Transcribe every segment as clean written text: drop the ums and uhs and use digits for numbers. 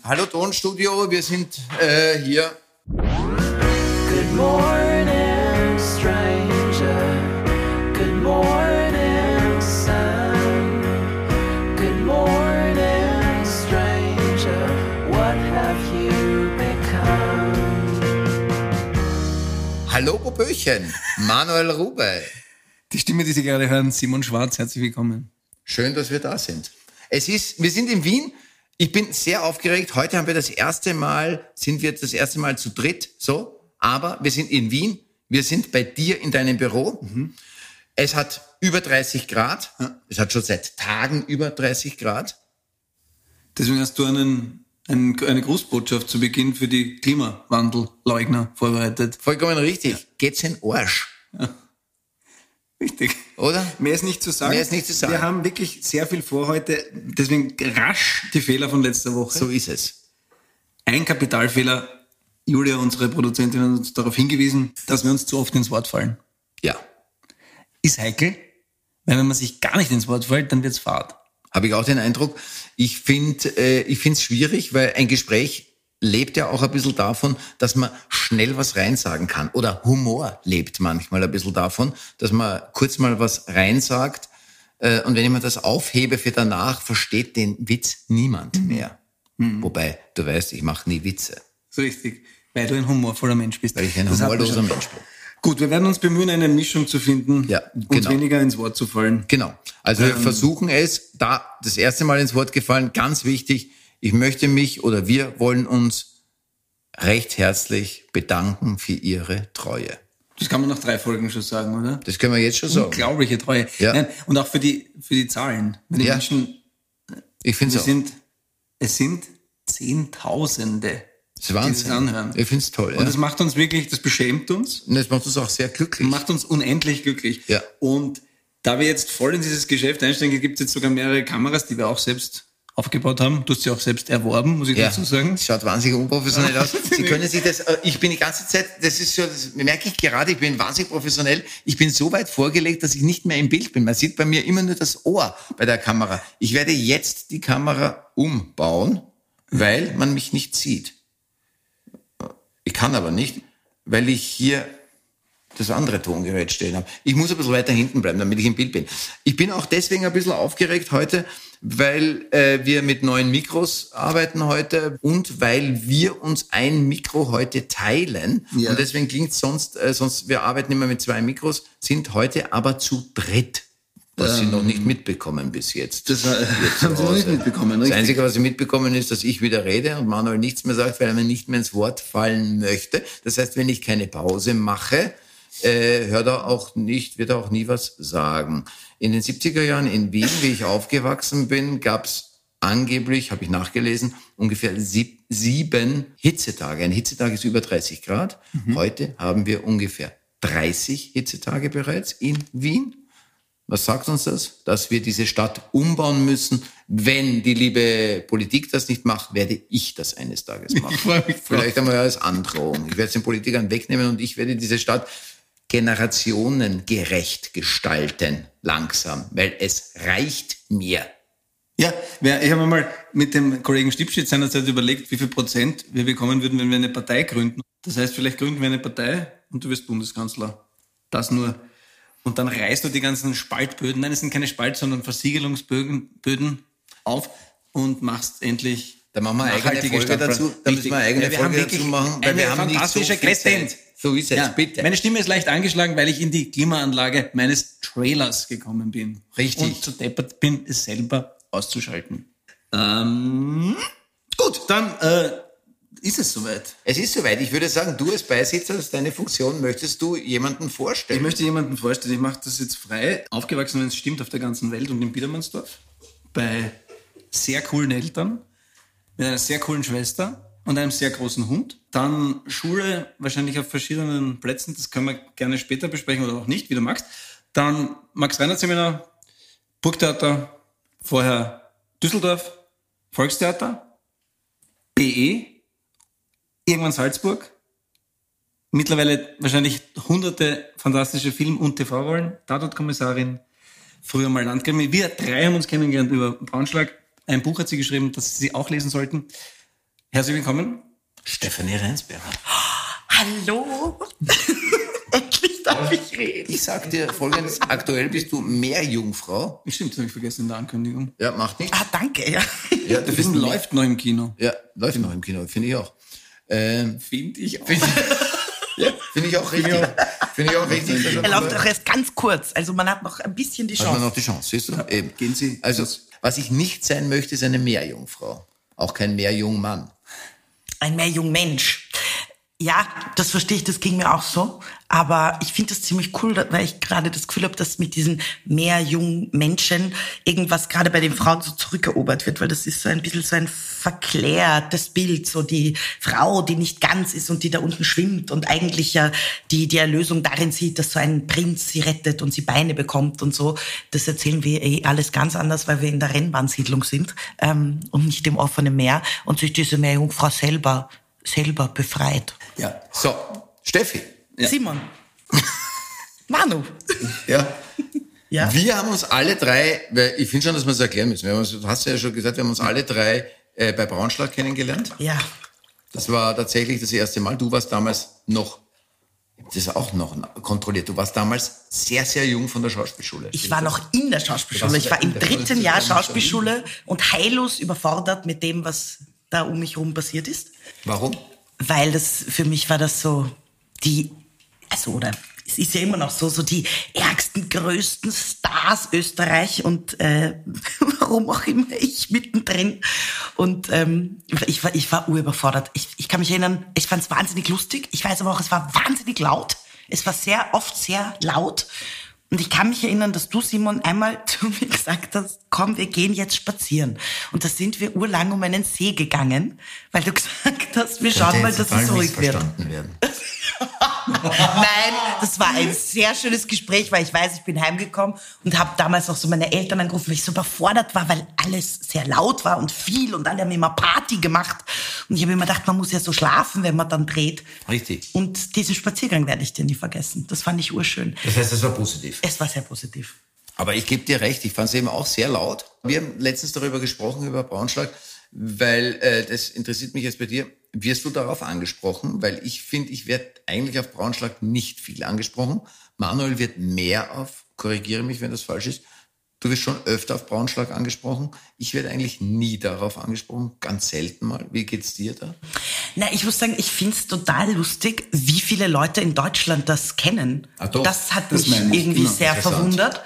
Hallo Tonstudio, wir sind hier. Good morning, stranger. Good morning, sun. Good morning, stranger. What have you become? Hallo Popöchen, Manuel Rube. Die Stimme, die Sie gerade hören, Simon Schwarz, herzlich willkommen. Schön, dass wir da sind. Wir sind in Wien. Ich bin sehr aufgeregt. Heute sind wir das erste Mal zu dritt, so. Aber wir sind in Wien. Wir sind bei dir in deinem Büro. Mhm. Es hat über 30 Grad. Ja. Es hat schon seit Tagen über 30 Grad. Deswegen hast du eine Grußbotschaft zu Beginn für die Klimawandelleugner vorbereitet. Vollkommen richtig. Ja. Geht's in Arsch. Ja. Richtig. Oder? Mehr ist nicht zu sagen. Wir haben wirklich sehr viel vor heute. Deswegen rasch die Fehler von letzter Woche. So ist es. Ein Kapitalfehler. Julia, unsere Produzentin, hat uns darauf hingewiesen, dass wir uns zu oft ins Wort fallen. Ja. Ist heikel, weil wenn man sich gar nicht ins Wort fällt, dann wird's fad. Habe ich auch den Eindruck. Ich finde es schwierig, weil ein Gespräch lebt ja auch ein bisschen davon, dass man schnell was reinsagen kann. Oder Humor lebt manchmal ein bisschen davon, dass man kurz mal was reinsagt. Und wenn ich mir das aufhebe für danach, versteht den Witz niemand mehr. Mhm. Wobei, du weißt, ich mache nie Witze. So richtig. Weil du ein humorvoller Mensch bist. Weil ich ein humorloser Mensch bin. Gut, wir werden uns bemühen, eine Mischung zu finden, und weniger ins Wort zu fallen. Genau. Also wir versuchen es, da das erste Mal ins Wort gefallen, ganz wichtig, wir wollen uns recht herzlich bedanken für Ihre Treue. Das kann man nach 3 Folgen schon sagen, oder? Das können wir jetzt schon sagen. Unglaubliche Treue. Ja. Nein, und auch für die Zahlen. Wenn die Menschen, ich finde es sind Zehntausende, das ist Wahnsinn. Die das anhören. Ich finde es toll. Und das macht uns wirklich, das beschämt uns. Und das macht uns auch sehr glücklich. Macht uns unendlich glücklich. Ja. Und da wir jetzt voll in dieses Geschäft einsteigen, gibt es jetzt sogar mehrere Kameras, die wir auch selbst aufgebaut haben. Du hast sie auch selbst erworben, muss ich dazu sagen. Das schaut wahnsinnig unprofessionell aus. Sie können sich ich bin die ganze Zeit, das merke ich gerade, ich bin wahnsinnig professionell. Ich bin so weit vorgelegt, dass ich nicht mehr im Bild bin. Man sieht bei mir immer nur das Ohr bei der Kamera. Ich werde jetzt die Kamera umbauen, weil man mich nicht sieht. Ich kann aber nicht, weil ich hier das andere Tongerät stehen habe. Ich muss ein bisschen weiter hinten bleiben, damit ich im Bild bin. Ich bin auch deswegen ein bisschen aufgeregt heute, weil wir mit neuen Mikros arbeiten heute und weil wir uns ein Mikro heute teilen. Ja. Und deswegen klingt sonst, wir arbeiten immer mit 2 Mikros, sind heute aber zu dritt. Was Sie noch nicht mitbekommen bis jetzt. Das haben Sie noch nicht mitbekommen, richtig? Das Einzige, was Sie mitbekommen, ist, dass ich wieder rede und Manuel nichts mehr sagt, weil er mir nicht mehr ins Wort fallen möchte. Das heißt, wenn ich keine Pause mache, wird er auch nie was sagen. In den 70er Jahren in Wien, wie ich aufgewachsen bin, gab es angeblich, habe ich nachgelesen, ungefähr 7 Hitzetage. Ein Hitzetag ist über 30 Grad. Mhm. Heute haben wir ungefähr 30 Hitzetage bereits in Wien. Was sagt uns das? Dass wir diese Stadt umbauen müssen. Wenn die liebe Politik das nicht macht, werde ich das eines Tages machen. Vielleicht einmal als Androhung. Ich werde es den Politikern wegnehmen und ich werde diese Stadt generationengerecht gestalten. Langsam. Weil es reicht mir. Ja, ich habe mal mit dem Kollegen Stipschitz seinerzeit überlegt, wie viel Prozent wir bekommen würden, wenn wir eine Partei gründen. Das heißt, vielleicht gründen wir eine Partei und du wirst Bundeskanzler. Das nur. Und dann reißt du die ganzen Spaltböden, nein, es sind keine Spalt, sondern Versiegelungsböden auf und machst endlich. Da machen wir eine eigene Folge dazu. Da müssen wir eine eigene Folge dazu machen, weil wir haben nicht so viel Zeit. So ist es, bitte. Meine Stimme ist leicht angeschlagen, weil ich in die Klimaanlage meines Trailers gekommen bin. Richtig. Und zu deppert bin, es selber auszuschalten. Gut, dann ist es soweit. Es ist soweit. Ich würde sagen, du als Beisitzer, das ist deine Funktion, möchtest du jemanden vorstellen? Ich möchte jemanden vorstellen. Ich mache das jetzt frei. Aufgewachsen, wenn es stimmt, auf der ganzen Welt und in Biedermannsdorf. Bei sehr coolen Eltern, mit einer sehr coolen Schwester und einem sehr großen Hund. Dann Schule, wahrscheinlich auf verschiedenen Plätzen. Das können wir gerne später besprechen oder auch nicht, wie du magst. Dann Max-Reinhardt-Seminar, Burgtheater, vorher Düsseldorf, Volkstheater, BE, irgendwann Salzburg, mittlerweile wahrscheinlich hunderte fantastische Film- und TV-Rollen, Tatortkommissarin, früher mal Landkrimi. Wir 3 haben uns kennengelernt über Braunschlag. Ein Buch hat sie geschrieben, das Sie auch lesen sollten. Herzlich willkommen. Stefanie Reinsberger. Hallo? Endlich darf ich reden. Ich sag dir Folgendes, aktuell bist du Meerjungfrau. Stimmt, das habe ich vergessen in der Ankündigung. Ja, macht nichts. Ah, danke, ja. Ja, Der Film läuft noch im Kino. Ja, läuft noch im Kino, finde ich auch. Finde ich auch. Ja, finde ich auch richtig. Finde ich auch richtig. Er läuft auch erst ganz kurz, also man hat noch ein bisschen die Hat man Chance. noch die Chance, siehst du? Eben. Gehen Sie. Also, was ich nicht sein möchte, ist eine Meerjungfrau. Auch kein Meerjungmann. Ein Meerjungmensch. Ja, das verstehe ich, das ging mir auch so. Aber ich finde das ziemlich cool, weil ich gerade das Gefühl habe, dass mit diesen Meerjungmenschen irgendwas gerade bei den Frauen so zurückerobert wird, weil das ist so ein bisschen so ein verklärtes Bild, so die Frau, die nicht ganz ist und die da unten schwimmt und eigentlich ja die Erlösung darin sieht, dass so ein Prinz sie rettet und sie Beine bekommt und so. Das erzählen wir alles ganz anders, weil wir in der Rennbahnsiedlung sind und nicht im offenen Meer und sich diese Meerjungfrau selber befreit. Ja. So, Steffi. Ja. Simon. Manu. Ja. Ja. Wir haben uns alle drei, weil ich finde schon, dass wir es erklären müssen. Du hast ja schon gesagt, wir haben uns alle drei bei Braunschlag kennengelernt. Ja. Das war tatsächlich das erste Mal. Du warst damals noch, das auch noch kontrolliert, du warst damals sehr, sehr jung von der Schauspielschule. Ich war noch in der Schauspielschule. Ich war im dritten Jahr Schauspielschule und heillos überfordert mit dem, was da um mich herum passiert ist. Warum? Weil das, für mich war das so oder es ist ja immer noch so die ärgsten, größten Stars Österreich und warum auch immer ich mittendrin. Und ich war urüberfordert. Ich kann mich erinnern, ich fand es wahnsinnig lustig. Ich weiß aber auch, es war wahnsinnig laut. Es war sehr oft sehr laut. Und ich kann mich erinnern, dass du, Simon, einmal zu mir gesagt hast, komm, wir gehen jetzt spazieren. Und da sind wir urlang um einen See gegangen, weil du gesagt hast, wir schauen mal, dass es ruhig wird. Nein, das war ein sehr schönes Gespräch, weil ich weiß, ich bin heimgekommen und habe damals noch so meine Eltern angerufen, weil ich so überfordert war, weil alles sehr laut war und viel und alle haben immer Party gemacht. Und ich habe immer gedacht, man muss ja so schlafen, wenn man dann dreht. Richtig. Und diesen Spaziergang werde ich dir nie vergessen. Das fand ich urschön. Das heißt, das war positiv. Es war sehr positiv. Aber ich gebe dir recht, ich fand es eben auch sehr laut. Wir haben letztens darüber gesprochen, über Braunschlag, weil das interessiert mich jetzt bei dir. Wirst du darauf angesprochen? Weil ich finde, ich werde eigentlich auf Braunschlag nicht viel angesprochen. Manuel wird mehr auf, korrigiere mich, wenn das falsch ist, du wirst schon öfter auf Braunschlag angesprochen. Ich werde eigentlich nie darauf angesprochen, ganz selten mal. Wie geht's dir da? Na, ich muss sagen, ich finde es total lustig, wie viele Leute in Deutschland das kennen. Ah, doch. Das hat Das mich meine ich, irgendwie genau. sehr Interessant. verwundert.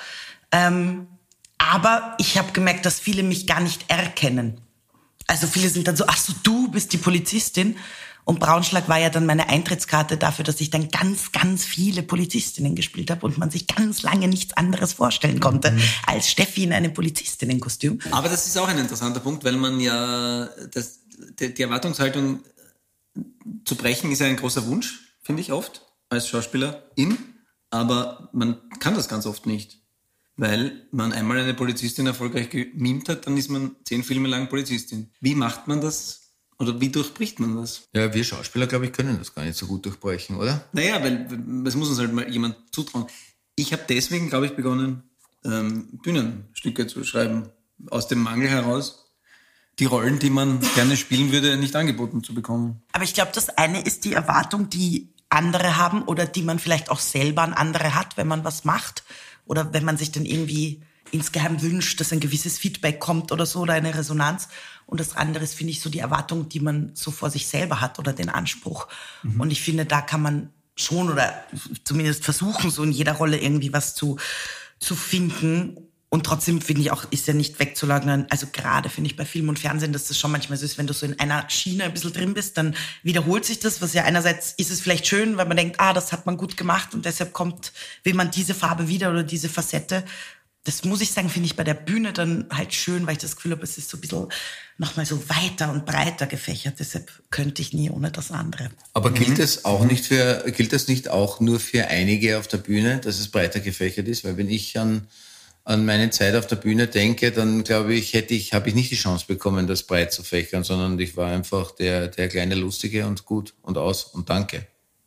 Aber ich habe gemerkt, dass viele mich gar nicht erkennen. Also viele sind dann so, ach so, du bist die Polizistin. Und Braunschlag war ja dann meine Eintrittskarte dafür, dass ich dann ganz, ganz viele Polizistinnen gespielt habe und man sich ganz lange nichts anderes vorstellen konnte, als Steffi in einem Polizistinnenkostüm. Aber das ist auch ein interessanter Punkt, weil man ja die Erwartungshaltung zu brechen ist ja ein großer Wunsch, finde ich oft, als Schauspielerin. Aber man kann das ganz oft nicht. Weil man einmal eine Polizistin erfolgreich gemimt hat, dann ist man 10 Filme lang Polizistin. Wie macht man das? Oder wie durchbricht man das? Ja, wir Schauspieler, glaube ich, können das gar nicht so gut durchbrechen, oder? Naja, weil das muss uns halt mal jemand zutrauen. Ich habe deswegen, glaube ich, begonnen, Bühnenstücke zu schreiben. Aus dem Mangel heraus, die Rollen, die man gerne spielen würde, nicht angeboten zu bekommen. Aber ich glaube, das eine ist die Erwartung, die andere haben oder die man vielleicht auch selber an andere hat, wenn man was macht. Oder wenn man sich dann irgendwie insgeheim wünscht, dass ein gewisses Feedback kommt oder so oder eine Resonanz. Und das andere ist, finde ich, so die Erwartung, die man so vor sich selber hat oder den Anspruch. Und ich finde, da kann man schon oder zumindest versuchen, so in jeder Rolle irgendwie was zu finden. Und trotzdem finde ich auch, ist ja nicht wegzuleugnen, also gerade finde ich bei Film und Fernsehen, dass das schon manchmal so ist, wenn du so in einer Schiene ein bisschen drin bist, dann wiederholt sich das, was ja einerseits ist es vielleicht schön, weil man denkt, das hat man gut gemacht und deshalb will man diese Farbe wieder oder diese Facette. Das muss ich sagen, finde ich bei der Bühne dann halt schön, weil ich das Gefühl habe, es ist so ein bisschen nochmal so weiter und breiter gefächert. Deshalb könnte ich nie ohne das andere. Aber gilt das nicht auch nur für einige auf der Bühne, dass es breiter gefächert ist? Weil wenn ich an meine Zeit auf der Bühne denke, dann glaube ich, habe ich nicht die Chance bekommen, das breit zu fächern, sondern ich war einfach der kleine Lustige und gut und aus und danke.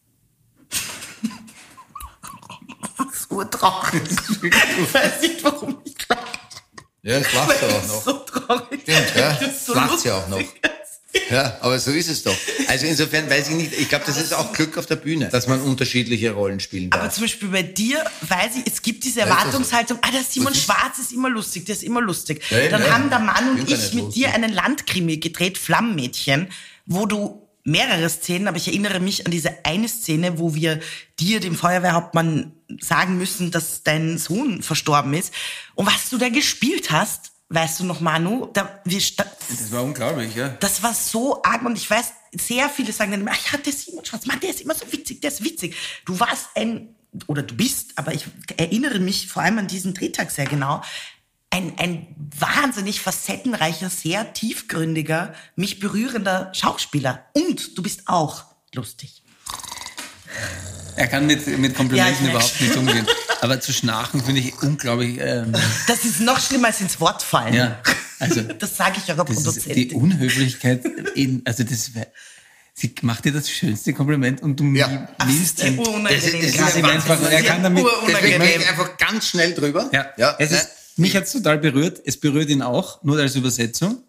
Das ist urtraurig. Ich weiß nicht, warum ich lache. Ja, das lacht sie auch Das ist noch. so traurig. Stimmt, ja. Das ist so Lacht sie auch noch. lustig. Ja, aber so ist es doch. Also insofern weiß ich nicht, ich glaube, das ist auch Glück auf der Bühne, dass man unterschiedliche Rollen spielen darf. Aber zum Beispiel bei dir weiß ich, es gibt diese ist das so? Erwartungshaltung, der Simon Schwarz ist immer lustig, der ist immer lustig. Ja, Dann ja. haben der Mann und Bin gar ich nicht mit lustig. dir einen Landkrimi gedreht, Flammenmädchen, wo du mehrere Szenen, aber ich erinnere mich an diese eine Szene, wo wir dir, dem Feuerwehrhauptmann, sagen müssen, dass dein Sohn verstorben ist. Und was du da gespielt hast, weißt du noch, Manu, Das war unglaublich, ja. das war so arg und ich weiß, sehr viele sagen dann immer, ach ja, der Simon Schwarz, Mann, der ist immer so witzig, der ist witzig. Du warst oder du bist, aber ich erinnere mich vor allem an diesen Drehtag sehr genau, ein wahnsinnig facettenreicher, sehr tiefgründiger, mich berührender Schauspieler. Und du bist auch lustig. Er kann mit Ja, Komplimenten ich überhaupt nicht umgehen. Aber zu schnarchen finde ich unglaublich. Das ist noch schlimmer als ins Wort fallen. Ja, also Das sage ich eurer das ist die Produzentin. Unhöflichkeit. Sie macht dir das schönste Kompliment und du Ja. willst Das ist ihn. unangenehm. ist gerade. ihm einfach- Das ist er kann damit- Deswegen urunangenehm. gehe ich einfach ganz schnell drüber. Ja, es ist, mich hat es total berührt. Es berührt ihn auch, nur als Übersetzung.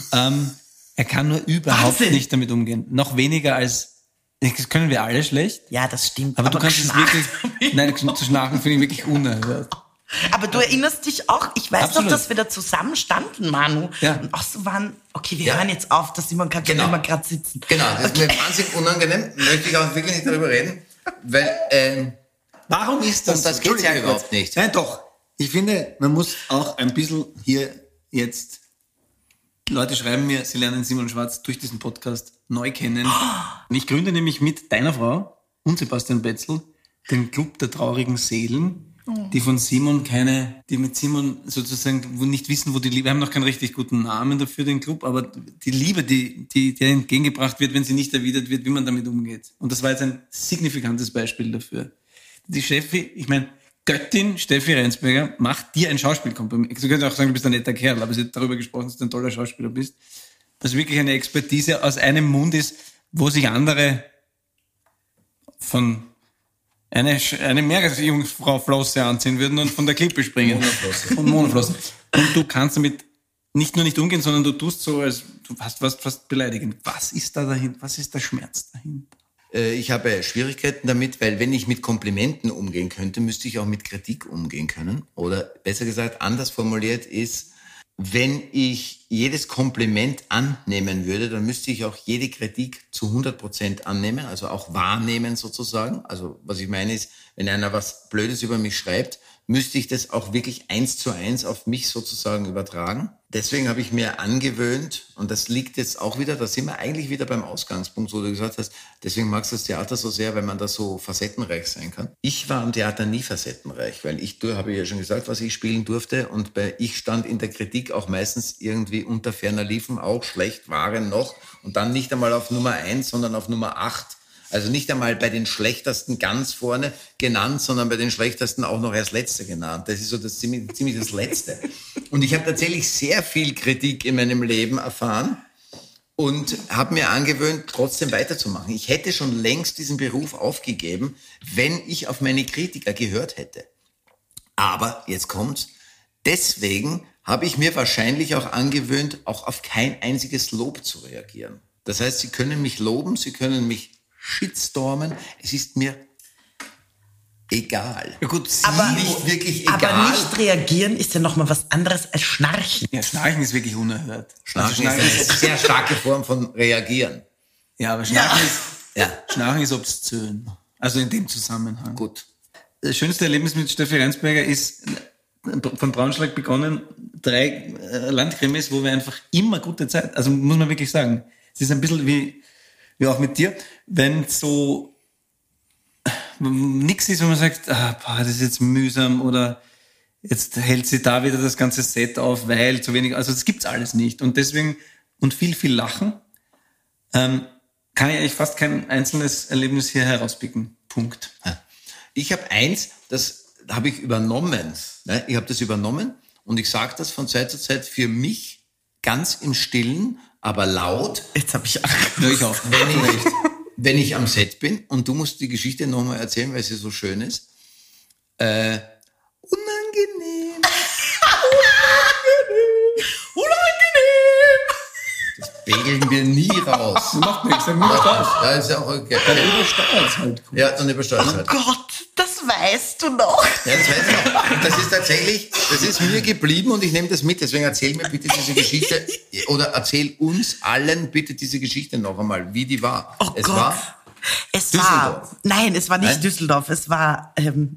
Er kann nur überhaupt Wahnsinn. nicht damit umgehen. Noch weniger als. Das können wir alle schlecht. Ja, das stimmt. Aber du kannst es geschnarcht wirklich. Nein, zu schnarchen finde ich wirklich unerhört. Aber du erinnerst dich auch, ich weiß Absolut. noch, dass wir da zusammen standen, Manu. Ja. Und auch so waren, okay, wir Ja. hören jetzt auf, dass Simon kann Genau. immer gerade sitzen. Genau, das ist mir wahnsinnig unangenehm, möchte ich auch wirklich nicht darüber reden, weil, Warum ist das? Und das geht's ja Entschuldige überhaupt kurz. nicht. Nein, doch. Ich finde, man muss auch ein bisschen hier jetzt. Leute schreiben mir, sie lernen Simon Schwarz durch diesen Podcast neu kennen. Und ich gründe nämlich mit deiner Frau und Sebastian Betzel den Club der traurigen Seelen, die von Simon die mit Simon sozusagen wo nicht wissen, wo die Liebe, wir haben noch keinen richtig guten Namen dafür, den Club, aber die Liebe, die entgegengebracht wird, wenn sie nicht erwidert wird, wie man damit umgeht. Und das war jetzt ein signifikantes Beispiel dafür. Die Steffi, ich meine, Göttin Steffi Reinsberger macht dir ein Schauspielkompliment. Du könntest auch sagen, du bist ein netter Kerl, aber sie hat darüber gesprochen, dass du ein toller Schauspieler bist. Dass wirklich eine Expertise aus einem Mund ist, wo sich andere von eine Meeresjungfrau Flosse anziehen würden und von der Klippe springen. Und Monoflosse. Und du kannst damit nicht nur nicht umgehen, sondern du tust so, als du hast was fast beleidigend. Was ist da dahinter? Was ist der Schmerz dahinter? ich habe Schwierigkeiten damit, weil wenn ich mit Komplimenten umgehen könnte, müsste ich auch mit Kritik umgehen können. Oder besser gesagt, anders formuliert ist, wenn ich jedes Kompliment annehmen würde, dann müsste ich auch jede Kritik zu 100% annehmen, also auch wahrnehmen sozusagen. Also was ich meine ist, wenn einer was Blödes über mich schreibt, müsste ich das auch wirklich 1:1 auf mich sozusagen übertragen. Deswegen habe ich mir angewöhnt, und das liegt jetzt auch wieder, da sind wir eigentlich wieder beim Ausgangspunkt, wo du gesagt hast, deswegen magst du das Theater so sehr, weil man da so facettenreich sein kann. Ich war am Theater nie facettenreich, weil ich habe ja schon gesagt, was ich spielen durfte, und ich stand in der Kritik auch meistens irgendwie unter ferner Liefen, auch schlecht waren noch, und dann nicht einmal auf Nummer 1, sondern auf Nummer 8. Also nicht einmal bei den Schlechtesten ganz vorne genannt, sondern bei den Schlechtesten auch noch als Letzte genannt. Das ist so das ziemlich das Letzte. Und ich habe tatsächlich sehr viel Kritik in meinem Leben erfahren und habe mir angewöhnt, trotzdem weiterzumachen. Ich hätte schon längst diesen Beruf aufgegeben, wenn ich auf meine Kritiker gehört hätte. Aber jetzt kommt's. Deswegen habe ich mir wahrscheinlich auch angewöhnt, auch auf kein einziges Lob zu reagieren. Das heißt, Sie können mich loben, Sie können mich shitstormen, es ist mir egal. Ja gut, Aber nicht wirklich egal. Aber nicht reagieren ist ja nochmal was anderes als schnarchen. ja, Schnarchen ist wirklich unerhört. Schnarchen Also ist eine sehr starke Form von reagieren. ja, aber Schnarchen, Ja, Schnarchen ist obszön. Also in dem Zusammenhang. gut. Das schönste Erlebnis mit Steffi Reinsberger ist von Braunschweig begonnen, 3 Landkrimis, wo wir einfach immer gute Zeit, also muss man wirklich sagen, es ist ein bisschen wie auch mit dir, wenn so nichts ist, wo man sagt, das ist jetzt mühsam oder jetzt hält sie da wieder das ganze Set auf, weil zu wenig, also das gibt's alles nicht. Und deswegen, und viel Lachen, kann ich eigentlich fast kein einzelnes Erlebnis hier herauspicken. Punkt. Ich habe eins, das habe ich übernommen. Ne? Ich habe das übernommen und ich sage das von Zeit zu Zeit für mich ganz im Stillen, aber laut, Jetzt habe ich Ja, ich auch. wenn ich am Set bin, und du musst die Geschichte nochmal erzählen, weil sie so schön ist. Unangenehm. Unangenehm! pegeln wir nie raus. Macht nichts, dann macht das. Ja, ist ja auch okay. Dann übersteuert es halt. Ja, dann übersteuert es Oh halt. Gott, das weißt du noch. Ja, das weiß ich noch. Und das ist tatsächlich, das ist mir geblieben und ich nehme das mit. Deswegen erzähl mir bitte diese Geschichte oder erzähl uns allen bitte diese Geschichte noch einmal, wie die war. Oh Es Gott. war Es Düsseldorf. nein, es war nicht Nein? Düsseldorf. Es war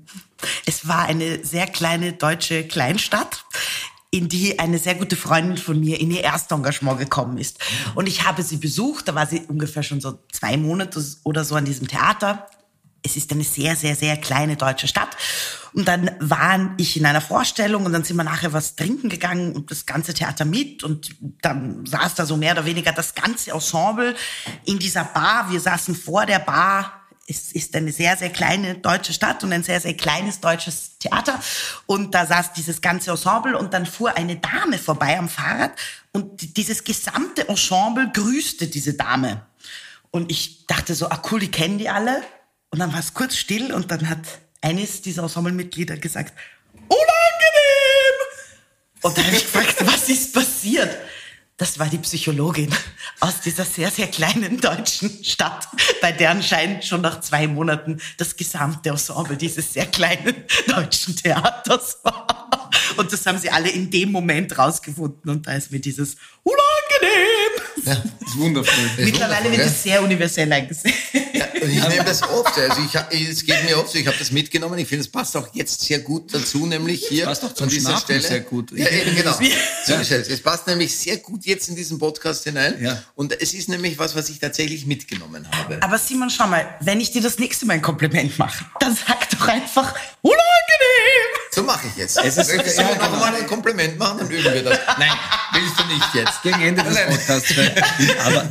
eine sehr kleine deutsche Kleinstadt, in die eine sehr gute Freundin von mir in ihr Erstengagement gekommen ist. Und ich habe sie besucht, da war sie ungefähr schon so 2 Monate oder so an diesem Theater. Es ist eine sehr, sehr, sehr kleine deutsche Stadt. Und dann war ich in einer Vorstellung und dann sind wir nachher was trinken gegangen und das ganze Theater mit und dann saß da so mehr oder weniger das ganze Ensemble in dieser Bar. Wir saßen vor der Bar. Es ist eine sehr, sehr kleine deutsche Stadt und ein sehr, sehr kleines deutsches Theater. Und da saß dieses ganze Ensemble und dann fuhr eine Dame vorbei am Fahrrad und dieses gesamte Ensemble grüßte diese Dame. Und ich dachte so, ah cool, die kennen die alle. Und dann war es kurz still und dann hat eines dieser Ensemblemitglieder gesagt, unangenehm! Und dann habe ich gefragt, was ist passiert? Das war die Psychologin aus dieser sehr, sehr kleinen deutschen Stadt, bei der anscheinend schon nach 2 Monaten das gesamte Ensemble dieses sehr kleinen deutschen Theaters war. Und das haben sie alle in dem Moment rausgefunden. Und da ist mir dieses unangenehm. Das ist wundervoll. Mittlerweile wird gell? es sehr universell eingesetzt. Ja, und ich nehme das oft. Also es geht mir oft so. Ich habe das mitgenommen. Ich finde, es passt auch jetzt sehr gut dazu, nämlich hier passt auch zum an dieser Schnarchen Stelle. sehr gut. Ja, eben, genau. So ist es. Es passt nämlich sehr gut jetzt in diesen Podcast hinein. Ja. Und es ist nämlich was ich tatsächlich mitgenommen habe. Aber Simon, schau mal, wenn ich dir das nächste Mal ein Kompliment mache, dann sag doch einfach unangenehm. So mache ich jetzt. Es ist- Möchtest du ja, mir noch genau. mal ein Kompliment machen, dann üben wir das. Nein, willst du nicht jetzt. Gegen Ende des Podcasts. Aber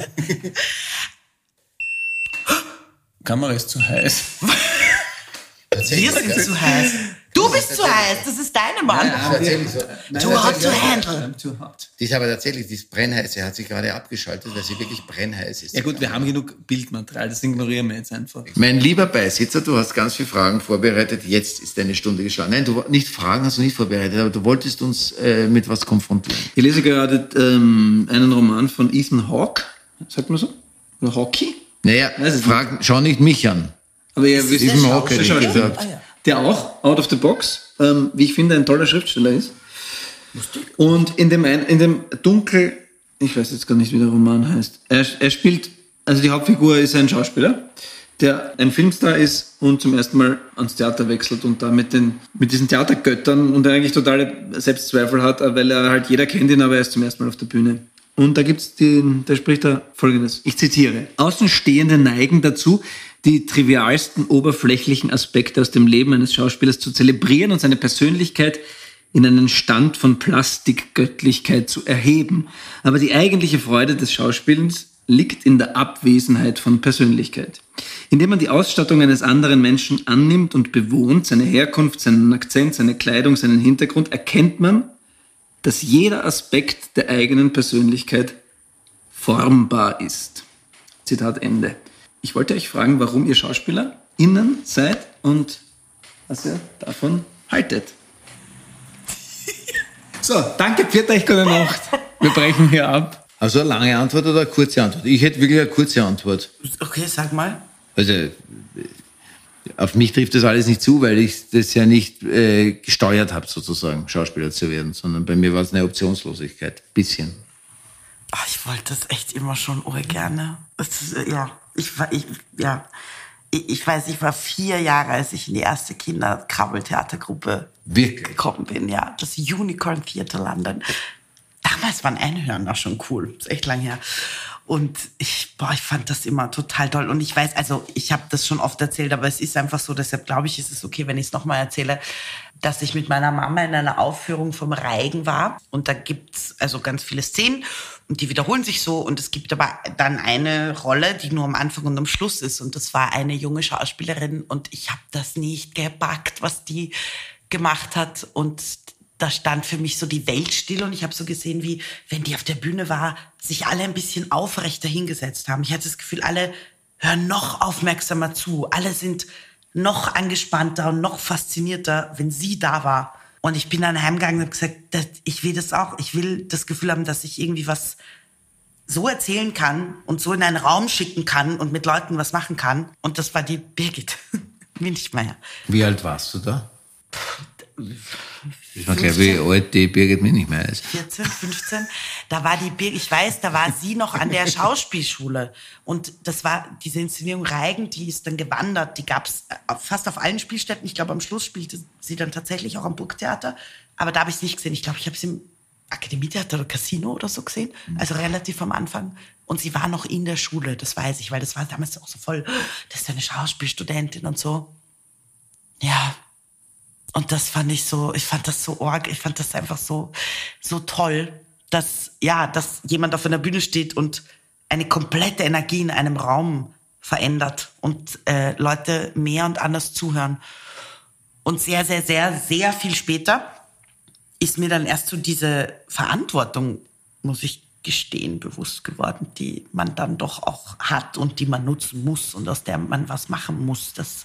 Kamera ist zu heiß. Wir sind zu heiß. Du bist zu heiß, das ist deine Mann. Das ist tatsächlich so. Too hot to handle. I'm too hot. Die ist aber tatsächlich, die ist brennheiß. Sie hat sich gerade abgeschaltet, weil sie wirklich brennheiß ist. Ja gut, wir haben genug Bildmaterial, das ignorieren wir jetzt einfach. Mein lieber Beisitzer, du hast ganz viele Fragen vorbereitet. Jetzt ist deine Stunde geschlagen. Nein, nicht Fragen hast du nicht vorbereitet, aber du wolltest uns mit was konfrontieren. Ich lese gerade einen Roman von Ethan Hawke, sagt man so? Oder Hawke? Naja, Weiß ich schau nicht mich an. Aber ihr wisst, Ethan Hawke, Schau- hätte ich gesagt. Ah, ja. der auch, out of the box, wie ich finde, ein toller Schriftsteller ist. Und in dem Dunkel, ich weiß jetzt gar nicht, wie der Roman heißt, er spielt, also die Hauptfigur ist ein Schauspieler, der ein Filmstar ist und zum ersten Mal ans Theater wechselt und da mit diesen Theatergöttern und er eigentlich totale Selbstzweifel hat, weil er halt, jeder kennt ihn, aber er ist zum ersten Mal auf der Bühne. Und da da spricht er Folgendes, ich zitiere: Außenstehende neigen dazu, die trivialsten oberflächlichen Aspekte aus dem Leben eines Schauspielers zu zelebrieren und seine Persönlichkeit in einen Stand von Plastikgöttlichkeit zu erheben. Aber die eigentliche Freude des Schauspielens liegt in der Abwesenheit von Persönlichkeit. Indem man die Ausstattung eines anderen Menschen annimmt und bewohnt, seine Herkunft, seinen Akzent, seine Kleidung, seinen Hintergrund, erkennt man, dass jeder Aspekt der eigenen Persönlichkeit formbar ist. Zitat Ende. Ich wollte euch fragen, warum ihr SchauspielerInnen seid und was ihr davon haltet. So, danke, pfiat euch, gute Nacht. Wir brechen hier ab. Also eine lange Antwort oder eine kurze Antwort? Ich hätte wirklich eine kurze Antwort. Okay, sag mal. Also auf mich trifft das alles nicht zu, weil ich das ja nicht gesteuert habe, sozusagen, Schauspieler zu werden, sondern bei mir war es eine Optionslosigkeit. Bisschen. Ach, ich wollte das echt immer schon urgerne. Ich weiß, ich war 4 Jahre, als ich in die erste Kinderkrabbeltheatergruppe Wirklich? gekommen bin, ja. Das Unicorn Theater London. Damals waren Einhörner schon cool. Das ist echt lang her. Und ich fand das immer total toll. Und ich weiß, also ich habe das schon oft erzählt, aber es ist einfach so, deshalb glaube ich, ist es okay, wenn ich es nochmal erzähle, dass ich mit meiner Mama in einer Aufführung vom Reigen war. Und da gibt's also ganz viele Szenen und die wiederholen sich so. Und es gibt aber dann eine Rolle, die nur am Anfang und am Schluss ist. Und das war eine junge Schauspielerin. Und ich habe das nicht gepackt, was die gemacht hat. Und da stand für mich so die Welt still und ich habe so gesehen, wie, wenn die auf der Bühne war, sich alle ein bisschen aufrechter hingesetzt haben. Ich hatte das Gefühl, alle hören noch aufmerksamer zu. Alle sind noch angespannter und noch faszinierter, wenn sie da war. Und ich bin dann heimgegangen und habe gesagt, ich will das auch. Ich will das Gefühl haben, dass ich irgendwie was so erzählen kann und so in einen Raum schicken kann und mit Leuten was machen kann. Und das war die Birgit Münchmeier. Wie alt warst du da? Ich war klar, wie alt die Birgit Münchmeier ist. 14, 15. Da war die Birgit, ich weiß, da war sie noch an der Schauspielschule. Und das war diese Inszenierung Reigen, die ist dann gewandert. Die gab's fast auf allen Spielstätten. Ich glaube, am Schluss spielte sie dann tatsächlich auch am Burgtheater. Aber da habe ich es nicht gesehen. Ich glaube, ich habe sie im Akademietheater oder Casino oder so gesehen. Also relativ am Anfang. Und sie war noch in der Schule, das weiß ich, weil das war damals auch so voll, das ist ja eine Schauspielstudentin und so. Ja. Und das fand ich so, ich fand das so arg, ich fand das einfach so toll, dass jemand auf einer Bühne steht und eine komplette Energie in einem Raum verändert und Leute mehr und anders zuhören. Und sehr, sehr, sehr, sehr viel später ist mir dann erst so diese Verantwortung, muss ich gestehen, bewusst geworden, die man dann doch auch hat und die man nutzen muss und aus der man was machen muss. Das,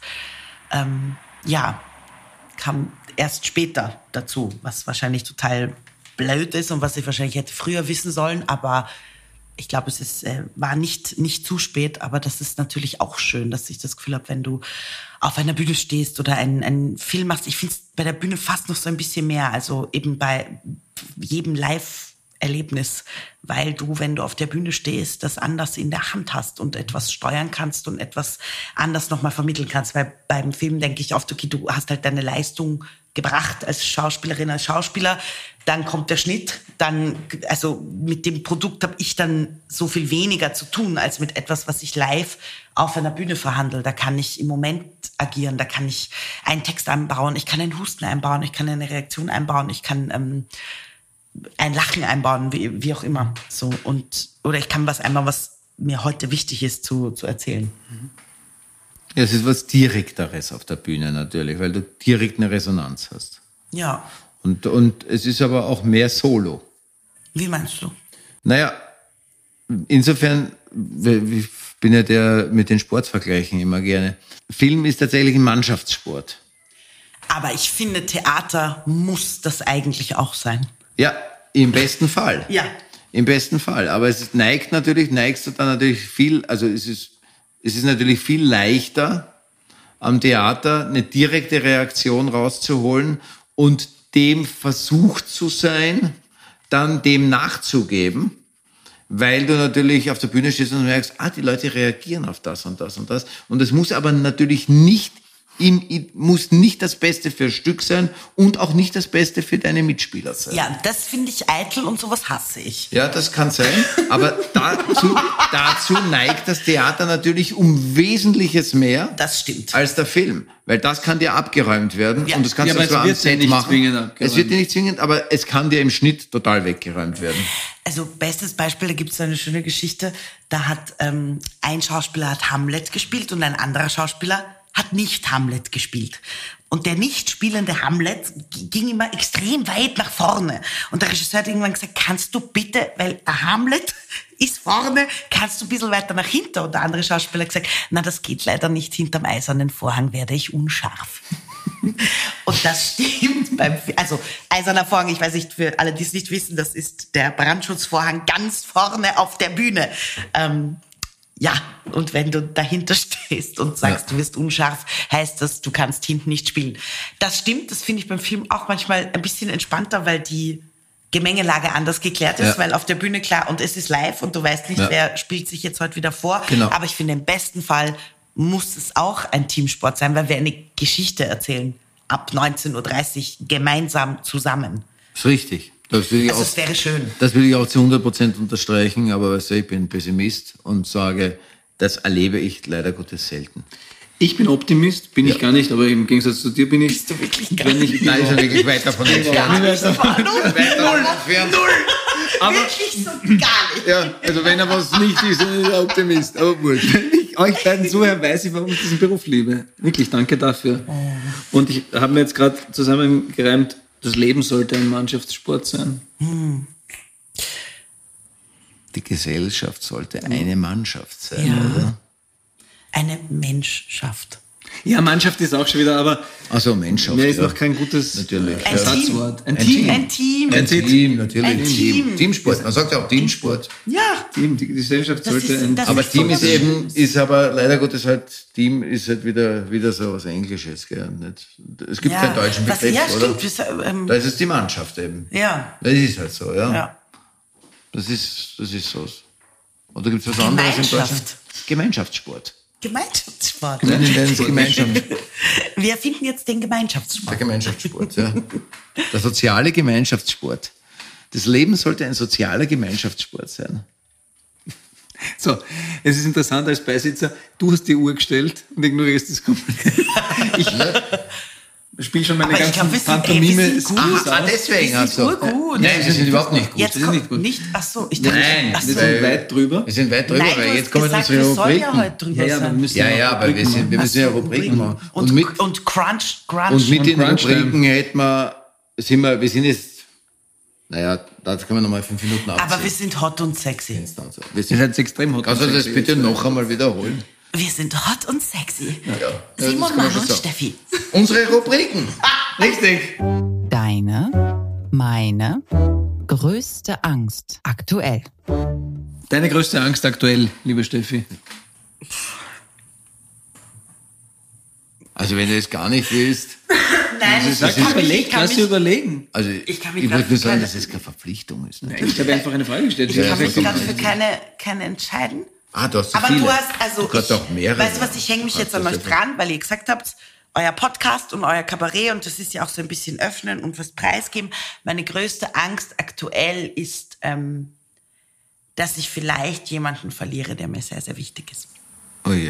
kam erst später dazu, was wahrscheinlich total blöd ist und was ich wahrscheinlich hätte früher wissen sollen, aber ich glaube, war nicht zu spät, aber das ist natürlich auch schön, dass ich das Gefühl habe, wenn du auf einer Bühne stehst oder einen Film machst, ich finde es bei der Bühne fast noch so ein bisschen mehr, also eben bei jedem Live-Erlebnis, weil du, wenn du auf der Bühne stehst, das anders in der Hand hast und etwas steuern kannst und etwas anders nochmal vermitteln kannst, weil beim Film denke ich oft, okay, du hast halt deine Leistung gebracht als Schauspielerin, als Schauspieler, dann kommt der Schnitt, also mit dem Produkt habe ich dann so viel weniger zu tun, als mit etwas, was ich live auf einer Bühne verhandle. Da kann ich im Moment agieren, da kann ich einen Text einbauen, ich kann einen Husten einbauen, ich kann eine Reaktion einbauen, ich kann ein Lachen einbauen, wie auch immer. So, oder ich kann was einbauen, was mir heute wichtig ist zu erzählen. Ja, es ist was Direkteres auf der Bühne natürlich, weil du direkt eine Resonanz hast. Ja. Und es ist aber auch mehr Solo. Wie meinst du? Naja, insofern, ich bin ja der mit den Sportvergleichen immer gerne. Film ist tatsächlich ein Mannschaftssport. Aber ich finde, Theater muss das eigentlich auch sein. Ja, im besten Fall. Ja. Im besten Fall. Aber neigst du dann natürlich viel, also es ist natürlich viel leichter, am Theater eine direkte Reaktion rauszuholen und dem versucht zu sein, dann dem nachzugeben, weil du natürlich auf der Bühne stehst und merkst, die Leute reagieren auf das und das und das. Und es muss aber natürlich muss nicht das Beste für Stück sein und auch nicht das Beste für deine Mitspieler sein. Ja, das finde ich eitel und sowas hasse ich. Ja, das kann sein, aber dazu neigt das Theater natürlich um Wesentliches mehr Das stimmt. als der Film. Weil das kann dir abgeräumt werden Ja. und das kannst Ja, du aber zwar es am wird dir Set nicht machen. zwingend abgeräumt. Es wird dir nicht zwingend, aber es kann dir im Schnitt total weggeräumt werden. Also bestes Beispiel, da gibt es eine schöne Geschichte. Da hat ein Schauspieler hat Hamlet gespielt und ein anderer Schauspieler hat nicht Hamlet gespielt. Und der nicht spielende Hamlet ging immer extrem weit nach vorne. Und der Regisseur hat irgendwann gesagt, kannst du bitte, weil der Hamlet ist vorne, kannst du ein bisschen weiter nach hinten? Und der andere Schauspieler hat gesagt, na, das geht leider nicht, hinterm eisernen Vorhang werde ich unscharf. Und das stimmt. Also eiserner Vorhang, ich weiß nicht, für alle, die es nicht wissen, das ist der Brandschutzvorhang ganz vorne auf der Bühne. Ja, und wenn du dahinter stehst und sagst, du wirst unscharf, heißt das, du kannst hinten nicht spielen. Das stimmt, das finde ich beim Film auch manchmal ein bisschen entspannter, weil die Gemengelage anders geklärt ist, weil auf der Bühne klar, und es ist live und du weißt nicht, wer spielt sich jetzt heute wieder vor. Genau. Aber ich finde, im besten Fall muss es auch ein Teamsport sein, weil wir eine Geschichte erzählen, ab 19.30 Uhr gemeinsam zusammen. Das ist richtig. Das will ich Also es wäre schön. Das will ich auch zu 100% unterstreichen, aber weißt du, ich bin Pessimist und sage, das erlebe ich leider Gottes selten. Ich bin Optimist, bin ich gar nicht, aber im Gegensatz zu dir bin ich... Bist du wirklich gar wenn ich, Nein, ist ja wirklich weit davon entfernt. Null. Aber, Wirklich so gar nicht. Ja, also wenn er was nicht ist, dann ist er Optimist. Aber wurscht. wenn ich euch beiden zuhöre, weiß ich, warum ich diesen Beruf liebe. Wirklich, danke dafür. Und ich habe mir jetzt gerade zusammengereimt, das Leben sollte ein Mannschaftssport sein. Die Gesellschaft sollte eine Mannschaft sein, Ja. oder? Eine Menschschaft. Ja, Mannschaft ist auch schon wieder, aber Also Mannschaft. mir ist ja. noch kein gutes Natürlich. Ein Ersatzwort. Ein Ein Team. Ein Team. Ein Team, natürlich. Ein Team. Teamsport. Man sagt ja auch Teamsport. Ja. Team. Die Gesellschaft Das sollte ist- ein... das Aber ist Team so ist eben, ist aber leider Gottes halt, Team ist halt wieder so was Englisches, gell? Nicht? Es gibt keinen deutschen Was, Begriff, ja, oder? stimmt. Da ist es die Mannschaft eben. Ja. Das ist halt so, ja. Ja. Das ist so. Oder gibt es was anderes in Deutschland? Gemeinschaft. Gemeinschaftssport. Gemeinschaftssport. Nein, nennen es Gemeinschaft. Wir erfinden jetzt den Gemeinschaftssport. Der Gemeinschaftssport, ja. Der soziale Gemeinschaftssport. Das Leben sollte ein sozialer Gemeinschaftssport sein. So, es ist interessant als Beisitzer, du hast die Uhr gestellt und ignorierst das komplett. Ich spiele schon meine Aber ich ganzen glaub, wir sind Pantomime. gut. Deswegen. Wir sind urgut. Nein, wir sind überhaupt nicht gut. Jetzt das ist kommt nicht gut. nicht, ach so, ich dachte, Nein, ach so. Wir sind weit drüber. Wir sind weit drüber, Nein, du weil hast jetzt kommen gesagt, unsere wir sollen ja Rubriken. heute drüber Ja, ja, wir sein. müssen Ja, aber wir müssen ja Rubriken machen. Und mit Crunch. den Crunch Rubriken hätten wir sind jetzt, naja, da können wir nochmal 5 Minuten abziehen. Aber wir sind hot und sexy. Wir Ihr sind, seid extrem hot. kannst du das bitte noch einmal wiederholen? Wir sind hot und sexy. Ja, das Simon, kann man Mann schon und sagen. Steffi. Unsere Rubriken. Richtig. Deine, meine größte Angst aktuell. Deine größte Angst aktuell, liebe Steffi? Also wenn du das gar nicht willst, Nein, Sag, lass sie überlegen. also Ich ich kann mich würde grad nur sagen, keine- dass es keine Verpflichtung ist. Ne? Ich habe einfach eine Frage gestellt. ich kann mich vollkommen gerade für richtig. keine entscheiden. Ah, du hast so Aber viele. du hast, also, Du hast auch mehrere. weißt du was, ich hänge mich jetzt an euch dran, weil ihr gesagt habt, euer Podcast und euer Kabarett, und das ist ja auch so ein bisschen öffnen und was preisgeben. Meine größte Angst aktuell ist, dass ich vielleicht jemanden verliere, der mir sehr, sehr wichtig ist. Oh je.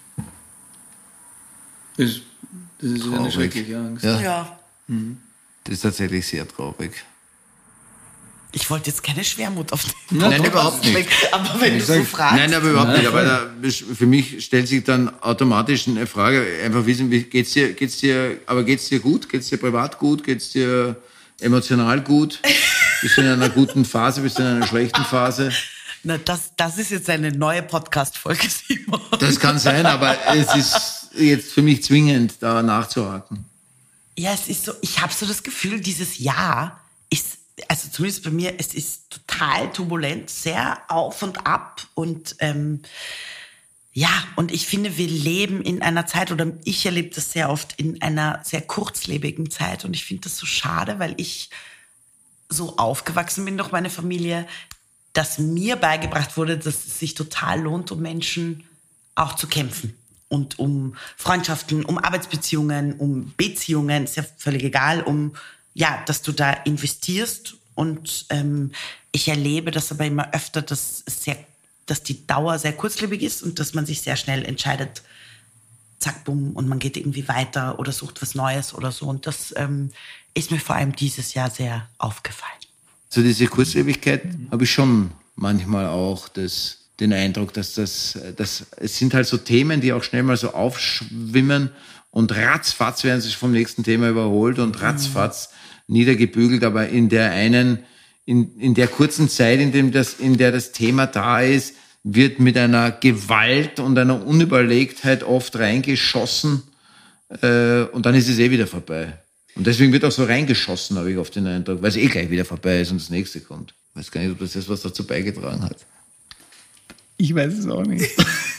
Das ist eine Traurig. schreckliche Angst. Ja, Ja. das ist tatsächlich sehr traurig. Ich wollte jetzt keine Schwermut auf den Nein, überhaupt nicht. Aber wenn du so fragst. Nein, aber überhaupt nicht. Aber für mich stellt sich dann automatisch eine Frage, einfach wissen, wie geht's dir gut? Geht's dir privat gut? Geht's dir emotional gut? Bist du in einer guten Phase? Bist du in einer schlechten Phase? Na, das ist jetzt eine neue Podcast-Folge, Simon. Das kann sein, aber es ist jetzt für mich zwingend, da nachzuhaken. Ja, es ist so, ich habe so das Gefühl, dieses Jahr ist, also zumindest bei mir, es ist total turbulent, sehr auf und ab und ja, und ich finde, wir leben in einer Zeit, oder ich erlebe das sehr oft, in einer sehr kurzlebigen Zeit, und ich finde das so schade, weil ich so aufgewachsen bin durch meine Familie, dass mir beigebracht wurde, dass es sich total lohnt, um Menschen auch zu kämpfen. Und um Freundschaften, um Arbeitsbeziehungen, um Beziehungen, ist ja völlig egal, ja, dass du da investierst. Und ich erlebe das aber immer öfter, dass die Dauer sehr kurzlebig ist und dass man sich sehr schnell entscheidet, zack, bumm, und man geht irgendwie weiter oder sucht was Neues oder so. Und das ist mir vor allem dieses Jahr sehr aufgefallen. So diese Kurzlebigkeit habe ich schon manchmal auch den Eindruck, dass es sind halt so Themen, die auch schnell mal so aufschwimmen und ratzfatz werden sie vom nächsten Thema überholt und ratzfatz niedergebügelt, aber in der kurzen Zeit, in der das Thema da ist, wird mit einer Gewalt und einer Unüberlegtheit oft reingeschossen und dann ist es wieder vorbei. Und deswegen wird auch so reingeschossen, habe ich oft den Eindruck, weil es gleich wieder vorbei ist und das nächste kommt. Ich weiß gar nicht, ob das ist, was dazu beigetragen hat. Ich weiß es auch nicht.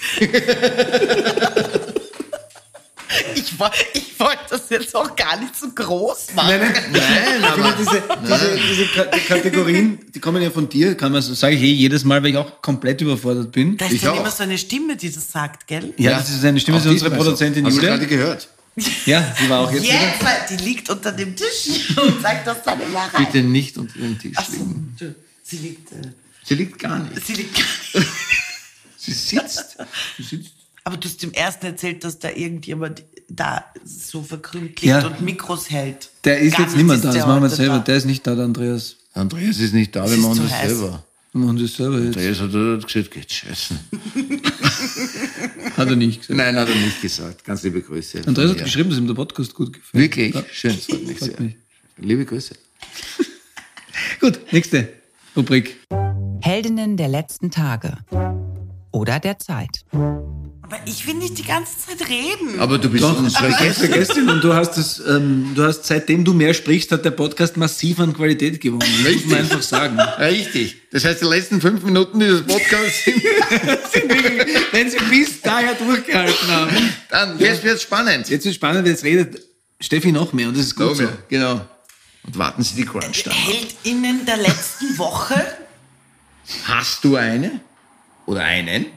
Ich wollte das jetzt auch gar nicht so groß machen. Nein, aber Diese Kategorien, die kommen ja von dir, sage ich jedes Mal, weil ich auch komplett überfordert bin. Da ist Ich dann auch. immer so eine Stimme, die das sagt, gell? Ja, das ist eine Stimme, Auch das ist unsere diesmal so. Produzentin Hast du Julia. gerade gehört? Ja, die war auch jetzt wieder. Jetzt, weil die liegt unter dem Tisch und sagt das dann immer rein. Bitte nicht unter den Tisch Ach so, liegen. sie liegt, Sie liegt gar nicht. sie liegt gar nicht. Sie sitzt. Aber du hast dem ersten erzählt, dass da irgendjemand da so verkrümmt liegt Ja. und Mikros hält. Der ist Gar jetzt nicht mehr nichts da, ist das der machen wir heute selber. da. Der ist nicht da, der Andreas. Andreas ist nicht da, wir ist machen zu das heiß. selber. Wir machen das selber jetzt. Andreas hat gesagt, geht scheißen. Hat er nicht gesagt. Nein, hat er nicht gesagt. Ganz liebe Grüße. Andreas von hat mir. geschrieben, dass ihm der Podcast gut gefällt. Wirklich? Ja. Schön, das freut mich Freut sehr. mich. Liebe Grüße. Gut, nächste Rubrik. Heldinnen der letzten Tage oder der Zeit. Aber ich will nicht die ganze Zeit reden. Aber du bist unsere Gäste. Gästin und du hast seitdem du mehr sprichst, hat der Podcast massiv an Qualität gewonnen. Das muss man einfach sagen. Richtig. Das heißt, die letzten 5 Minuten dieses Podcasts sind Wenn sie bis daher durchgehalten haben. dann wird's spannend. Jetzt ist spannend, jetzt redet Steffi noch mehr und das ist gut so. Genau. Und warten Sie die Crunch dann. HeldInnen der letzten Woche? Hast du eine? Oder einen?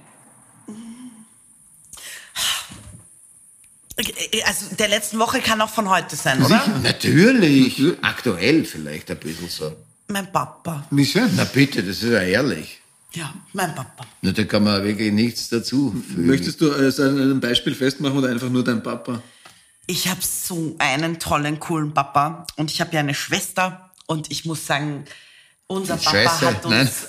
Also der letzten Woche kann auch von heute sein, oder? Natürlich. Aktuell vielleicht ein bisschen so. Mein Papa. Wie schön. Na bitte, das ist ja ehrlich. Ja, mein Papa. Na, da kann man wirklich nichts dazu fügen. Möchtest du an einem Beispiel festmachen oder einfach nur dein Papa? Ich habe so einen tollen, coolen Papa. Und ich habe ja eine Schwester. Und ich muss sagen, unser Papa Scheiße, hat uns... nein.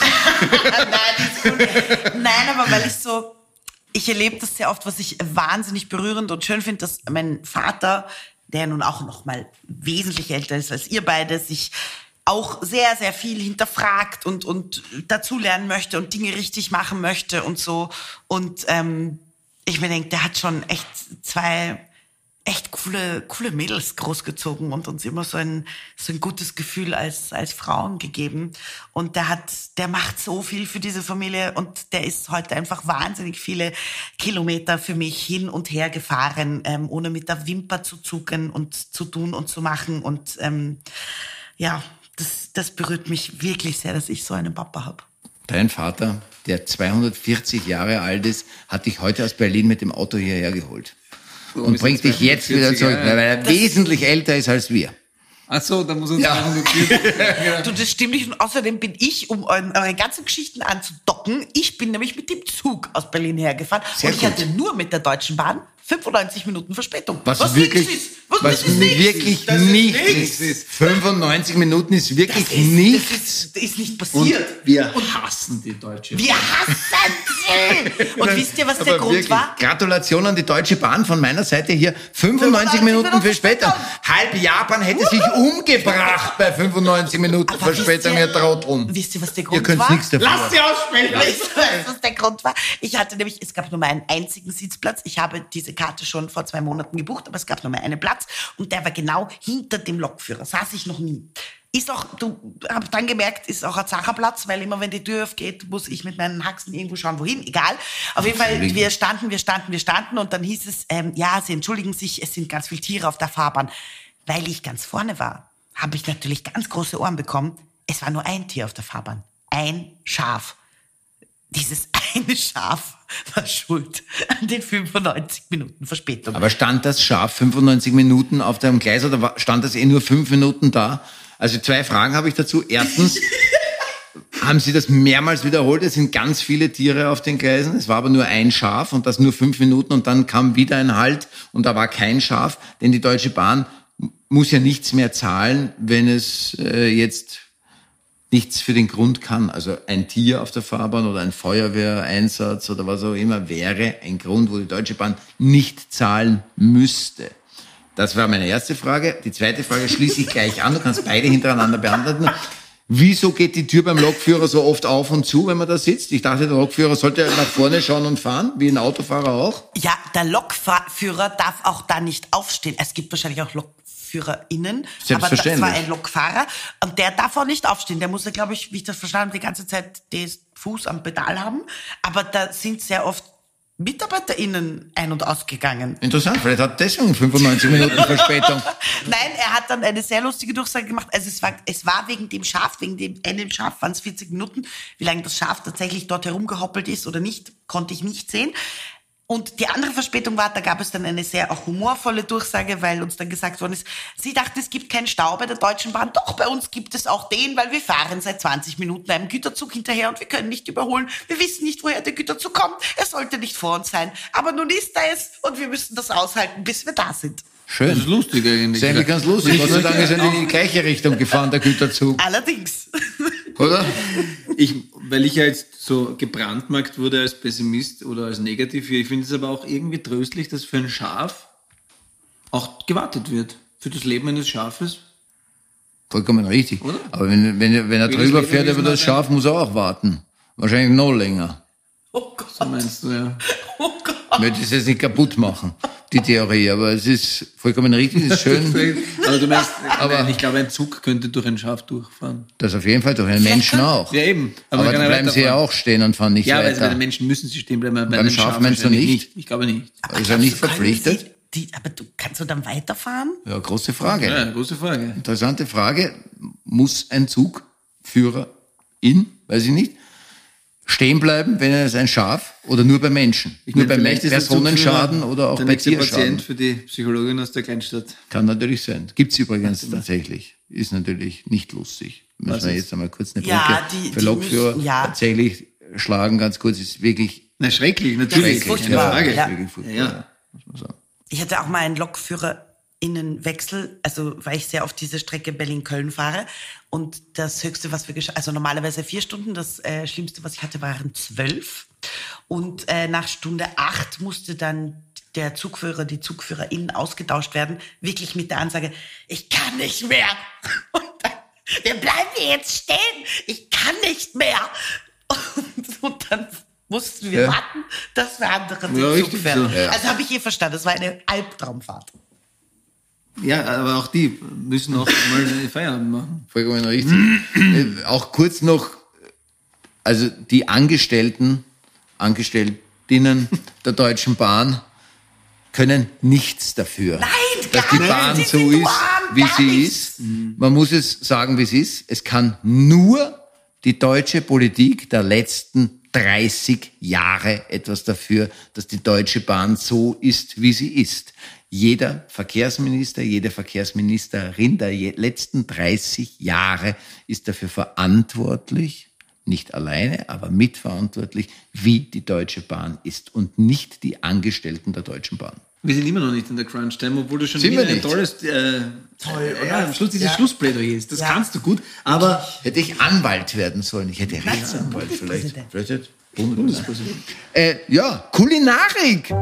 Nein, aber weil ich erlebe das sehr oft, was ich wahnsinnig berührend und schön finde, dass mein Vater, der nun auch noch mal wesentlich älter ist als ihr beide, sich auch sehr, sehr viel hinterfragt und dazulernen möchte und Dinge richtig machen möchte und so. Und ich mir denke, der hat schon echt 2 echt coole Mädels großgezogen und uns immer so ein gutes Gefühl als Frauen gegeben. Und der macht so viel für diese Familie und der ist heute einfach wahnsinnig viele Kilometer für mich hin und her gefahren, ohne mit der Wimper zu zucken und zu tun und zu machen. Und ja, das berührt mich wirklich sehr, dass ich so einen Papa habe. Dein Vater, der 240 Jahre alt ist, hat dich heute aus Berlin mit dem Auto hierher geholt. Und bringt dich jetzt wieder zurück, weil er wesentlich älter ist als wir. Ach so, da muss uns ja. Du, das stimmt nicht. Und außerdem bin ich, um eure ganzen Geschichten anzudocken, ich bin nämlich mit dem Zug aus Berlin hergefahren. Sehr und ich gut. hatte nur mit der Deutschen Bahn 95 Minuten Verspätung. Was wirklich nichts ist. 95 Minuten ist wirklich nichts. Das ist nicht passiert. Wir hassen die Deutsche. Wir hassen sie! Und wisst ihr, was der Aber Grund wirklich, war? Gratulation an die Deutsche Bahn von meiner Seite hier. 95 Minuten Verspätung. Halb Japan hätte sich umgebracht bei 95 Minuten Aber Verspätung, ihr Trotteln. Wisst ihr, was der Ihr Grund könnt war? nichts dafür. Lass sie aussprechen! Weißt du, was der Grund war? Ich hatte nämlich, es gab nur mal einen einzigen Sitzplatz. Ich habe diese Karte schon vor 2 Monaten gebucht, aber es gab nur mal einen Platz und der war genau hinter dem Lokführer. Saß ich noch nie. Ist auch, du hab dann gemerkt, ist auch ein Sacherplatz, weil immer wenn die Tür aufgeht, muss ich mit meinen Haxen irgendwo schauen, wohin. Egal. Auf jeden Fall, wir standen und dann hieß es, ja, Sie entschuldigen sich, es sind ganz viele Tiere auf der Fahrbahn. Weil ich ganz vorne war, habe ich natürlich ganz große Ohren bekommen. Es war nur ein Tier auf der Fahrbahn. Ein Schaf. Dieses eine Schaf war schuld an den 95 Minuten Verspätung. Aber stand das Schaf 95 Minuten auf dem Gleis oder stand das nur 5 Minuten da? Also 2 Fragen habe ich dazu. Erstens, haben Sie das mehrmals wiederholt? Es sind ganz viele Tiere auf den Gleisen. Es war aber nur ein Schaf und das nur 5 Minuten und dann kam wieder ein Halt und da war kein Schaf. Denn die Deutsche Bahn muss ja nichts mehr zahlen, wenn es jetzt nichts für den Grund kann. Also ein Tier auf der Fahrbahn oder ein Feuerwehreinsatz oder was auch immer wäre ein Grund, wo die Deutsche Bahn nicht zahlen müsste. Das war meine erste Frage. Die zweite Frage schließe ich gleich an. Du kannst beide hintereinander beantworten. Wieso geht die Tür beim Lokführer so oft auf und zu, wenn man da sitzt? Ich dachte, der Lokführer sollte nach vorne schauen und fahren, wie ein Autofahrer auch. Ja, der Lokführer darf auch da nicht aufstehen. Es gibt wahrscheinlich auch LokführerInnen, aber das war ein Lokfahrer und der darf auch nicht aufstehen. Der muss ja, glaube ich, wie ich das verstanden habe, die ganze Zeit den Fuß am Pedal haben. Aber da sind sehr oft MitarbeiterInnen ein- und ausgegangen. Interessant, vielleicht hat deswegen 95 Minuten Verspätung. Nein, er hat dann eine sehr lustige Durchsage gemacht. Also es war wegen dem Schaf, wegen dem einen Schaf waren es 40 Minuten. Wie lange das Schaf tatsächlich dort herumgehoppelt ist oder nicht, konnte ich nicht sehen. Und die andere Verspätung war, da gab es dann eine sehr auch humorvolle Durchsage, weil uns dann gesagt worden ist, sie dachte, es gibt keinen Stau bei der Deutschen Bahn. Doch, bei uns gibt es auch den, weil wir fahren seit 20 Minuten einem Güterzug hinterher und wir können nicht überholen. Wir wissen nicht, woher der Güterzug kommt. Er sollte nicht vor uns sein. Aber nun ist er es und wir müssen das aushalten, bis wir da sind. Schön. Das ist lustig eigentlich. Das ist eigentlich ganz lustig. Gott sei Dank ist er in die gleiche Richtung gefahren, der Güterzug. Allerdings. Oder? Weil ich ja jetzt so gebrandmarkt wurde als Pessimist oder als negativ hier, ich finde es aber auch irgendwie tröstlich, dass für ein Schaf auch gewartet wird. Für das Leben eines Schafes. Vollkommen richtig. Oder? Aber wenn er drüber fährt über das Schaf, muss er auch warten. Wahrscheinlich noch länger. Oh Gott. So meinst du, ja. Oh Gott. möchte es jetzt nicht kaputt machen, die Theorie, aber es ist vollkommen richtig, es ist schön. Aber du meinst, Aber- ich glaube, ein Zug könnte durch ein Schaf durchfahren. Das auf jeden Fall, durch einen Menschen auch. Ja, eben. Aber man dann kann bleiben sie ja weiterfahren. auch stehen und fahren nicht Ja, weil bei weiter. den Menschen müssen sie stehen bleiben. Bei Beim einem Schaf Schaf meinst du wahrscheinlich nicht? Ich glaube nicht. Ist er nicht Glaubst du, können verpflichtet? aber du kannst du dann weiterfahren? Ja, große Frage. Ja, große Frage. Interessante Frage. Muss ein Zugführer weiß ich nicht, stehen bleiben, wenn er ist ein Schaf oder nur bei Menschen? Nur bei vielleicht ist der Personenschaden Zugführer oder auch der bei nächste Tierschaden? Patient für die Psychologin aus der Kleinstadt. Kann natürlich sein. Gibt's übrigens tatsächlich. Ist natürlich nicht lustig. Müssen Was wir ist? jetzt einmal kurz eine Brücke Ja, die für Lokführer müssen- ja. tatsächlich schlagen. Ganz kurz, ist wirklich Na, schrecklich, Das natürlich. ist Keine furchtbar. Frage. Ja. wirklich furchtbar, Ja. muss man sagen. Ich hatte auch mal einen LokführerInnenwechsel, also weil ich sehr auf diese Strecke Berlin-Köln fahre. Und das Höchste, was wir also normalerweise 4 Stunden, das Schlimmste, was ich hatte, waren 12. Und nach Stunde 8 musste dann der Zugführer, die Zugführerin ausgetauscht werden, wirklich mit der Ansage, ich kann nicht mehr. Und dann, wir bleiben hier jetzt stehen, ich kann nicht mehr. Und dann mussten wir Ja. warten, dass wir andere Ja, den Zug richtig fähren. so. Ja. Also habe ich hier verstanden, das war eine Albtraumfahrt. Ja, aber auch die müssen auch mal Feierabend machen. Vollkommen richtig. Auch kurz noch, also die Angestellten, Angestelltinnen der Deutschen Bahn können nichts dafür, Nein, dass gar die nicht. Bahn Sie so sind ist, arm, wie gar sie nichts. ist. Man muss es sagen, wie es ist. Es kann nur die deutsche Politik der letzten 30 Jahre etwas dafür, dass die Deutsche Bahn so ist, wie sie ist. Jeder Verkehrsminister, jede Verkehrsministerin der letzten 30 Jahre ist dafür verantwortlich, nicht alleine, aber mitverantwortlich, wie die Deutsche Bahn ist und nicht die Angestellten der Deutschen Bahn. Wir sind immer noch nicht in der Crunch-Time, obwohl du schon Sind wieder wir ein nicht? tolles oder? am Schluss dieses Ja. Schlussplädoyer ist. Das Ja. kannst du gut, aber Hätte ich Anwalt werden sollen, ich hätte Rechtsanwalt vielleicht. Bundespräsident. Vielleicht hätte Bundespräsident. Ja, Kulinarik.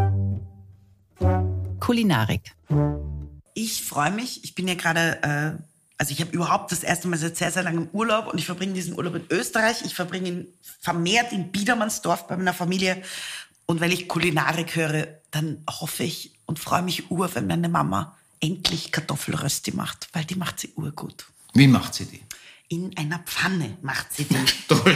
Kulinarik. Ich freue mich. Ich bin ja gerade, also ich habe überhaupt das erste Mal seit sehr, sehr langem Urlaub und ich verbringe diesen Urlaub in Österreich. Ich verbringe ihn vermehrt in Biedermannsdorf bei meiner Familie. Und weil ich Kulinarik höre, dann hoffe ich und freue mich wenn meine Mama endlich Kartoffelrösti macht, weil die macht sie urgut. Wie macht sie die? In einer Pfanne macht sie die. Toll.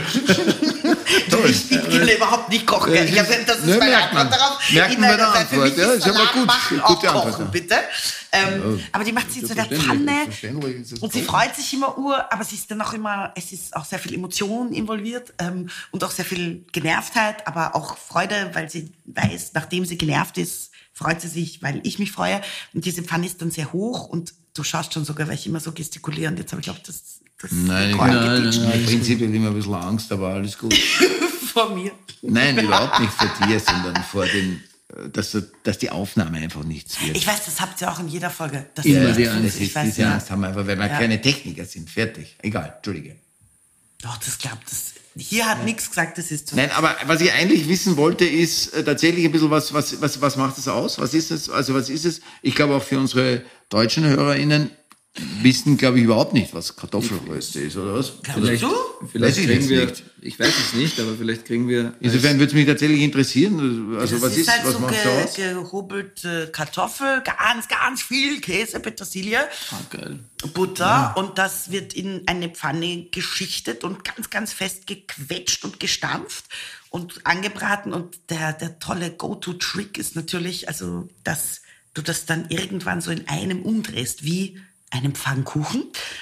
Ich kann überhaupt nicht kochen. Ja, Ich habe, das ist ne, meine merkt man. Antwort darauf. Merkt In man bei der einer- Antwort. Für mich Ja, ist aber Salat gut. machen, Gute auch Antwort, kochen, ja. bitte. Aber die macht sie in so einer Pfanne. Verständlich ist es Und sie toll. freut sich immer aber sie ist dann auch immer, es ist auch sehr viel Emotion involviert und auch sehr viel Genervtheit, aber auch Freude, weil sie weiß, nachdem sie genervt ist, freut sie sich, weil ich mich freue. Und diese Pfanne ist dann sehr hoch und du schaust schon sogar, weil ich immer so gestikuliere und jetzt habe ich glaube, das Nein, ich Korn habe geditscht im Prinzip immer ein bisschen Angst, aber alles gut. vor mir. Nein, überhaupt nicht vor dir, sondern vor dem, dass die Aufnahme einfach nichts wird. Ich weiß, das habt ihr auch in jeder Folge. Das Immer ist die echt Angst. Das ich ist, weiß, diese ja. Angst haben wir einfach, weil wir Ja. keine Techniker sind. Fertig. Egal, Entschuldige. Doch, das glaubt das. Hier hat nichts gesagt, das ist so. Nein, aber was ich eigentlich wissen wollte, ist tatsächlich ein bisschen, was macht es aus? Was ist es? Also was ist es? Ich glaube auch für unsere deutschen HörerInnen wissen, glaube ich, überhaupt nicht, was Kartoffelröste ist, oder was? Glaubst du? Weiß vielleicht ich kriegen jetzt wir, nicht. ich weiß es nicht, aber vielleicht kriegen wir. Insofern würde es mich tatsächlich interessieren. Also Das was ist, halt was so macht es aus? gehobelte Kartoffel, ganz, ganz viel Käse, Petersilie, Geil. Butter und das wird in eine Pfanne geschichtet und ganz, ganz fest gequetscht und gestampft und angebraten und der tolle Go-To-Trick ist natürlich, also, dass du das dann irgendwann so in einem umdrehst, wie einen Pfannkuchen.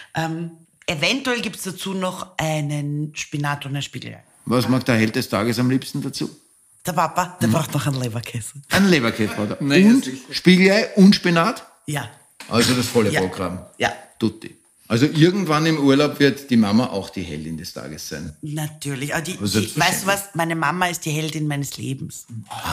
Eventuell gibt's dazu noch einen Spinat und ein Spiegelei. Was mag der Held des Tages am liebsten dazu? Der Papa, der braucht noch einen Leberkäse. Ein Leberkäse braucht er. Nein, Und sicher. Spiegelei und Spinat? Ja. Also das volle Ja. Programm. Ja. Tutti. Also irgendwann im Urlaub wird die Mama auch die Heldin des Tages sein. Natürlich. Aber Also weißt du was? Meine Mama ist die Heldin meines Lebens.